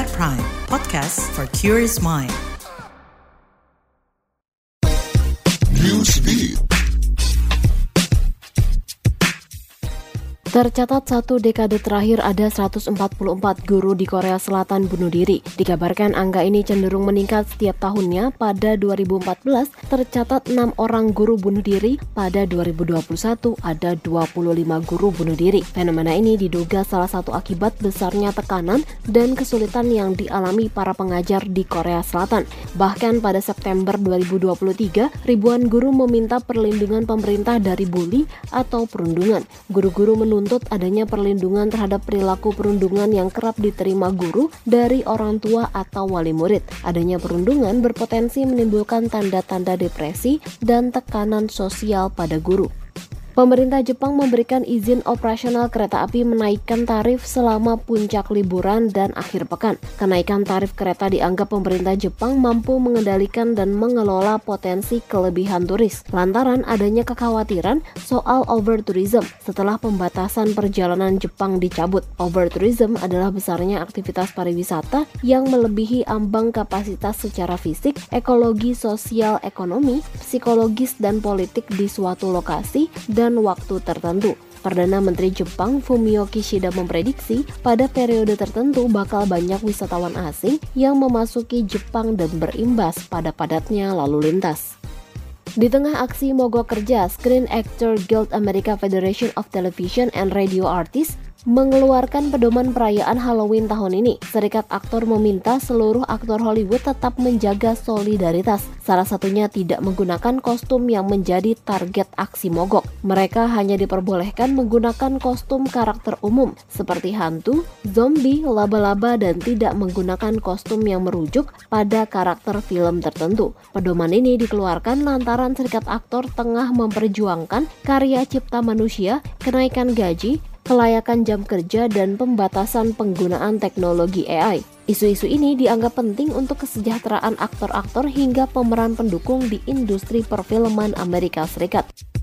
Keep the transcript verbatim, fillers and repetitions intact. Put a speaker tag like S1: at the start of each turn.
S1: At Prime, podcast for curious mind.
S2: Newsbeat.
S3: Tercatat satu dekade terakhir ada seratus empat puluh empat guru di Korea Selatan bunuh diri. Dikabarkan angka ini cenderung meningkat setiap tahunnya. Pada dua ribu empat belas tercatat enam orang guru bunuh diri. Pada dua ribu dua puluh satu ada dua puluh lima guru bunuh diri. Fenomena ini diduga salah satu akibat besarnya tekanan dan kesulitan yang dialami para pengajar di Korea Selatan. Bahkan pada September dua ribu dua puluh tiga, ribuan guru meminta perlindungan pemerintah dari bully atau perundungan. Guru-guru menuntut Untuk adanya perlindungan terhadap perilaku perundungan yang kerap diterima guru dari orang tua atau wali murid. Adanya perundungan berpotensi menimbulkan tanda-tanda depresi dan tekanan sosial pada guru. Pemerintah Jepang memberikan izin operasional kereta api menaikkan tarif selama puncak liburan dan akhir pekan. Kenaikan tarif kereta dianggap pemerintah Jepang mampu mengendalikan dan mengelola potensi kelebihan turis, lantaran adanya kekhawatiran soal overtourism setelah pembatasan perjalanan Jepang dicabut. Overtourism adalah besarnya aktivitas pariwisata yang melebihi ambang kapasitas secara fisik, ekologi, sosial, ekonomi, psikologis, dan politik di suatu lokasi dan dan waktu tertentu. Perdana Menteri Jepang Fumio Kishida memprediksi pada periode tertentu bakal banyak wisatawan asing yang memasuki Jepang dan berimbas pada padatnya lalu lintas. Di tengah aksi mogok kerja, Screen Actor Guild America Federation of Television and Radio Artists mengeluarkan pedoman perayaan Halloween tahun ini. Serikat aktor meminta seluruh aktor Hollywood tetap menjaga solidaritas. Salah satunya tidak menggunakan kostum yang menjadi target aksi mogok. Mereka hanya diperbolehkan menggunakan kostum karakter umum seperti hantu, zombie, laba-laba, dan tidak menggunakan kostum yang merujuk pada karakter film tertentu. Pedoman ini dikeluarkan lantaran serikat aktor tengah memperjuangkan karya cipta manusia, kenaikan gaji, kelayakan jam kerja, dan pembatasan penggunaan teknologi A I. Isu-isu ini dianggap penting untuk kesejahteraan aktor-aktor hingga pemeran pendukung di industri perfilman Amerika Serikat.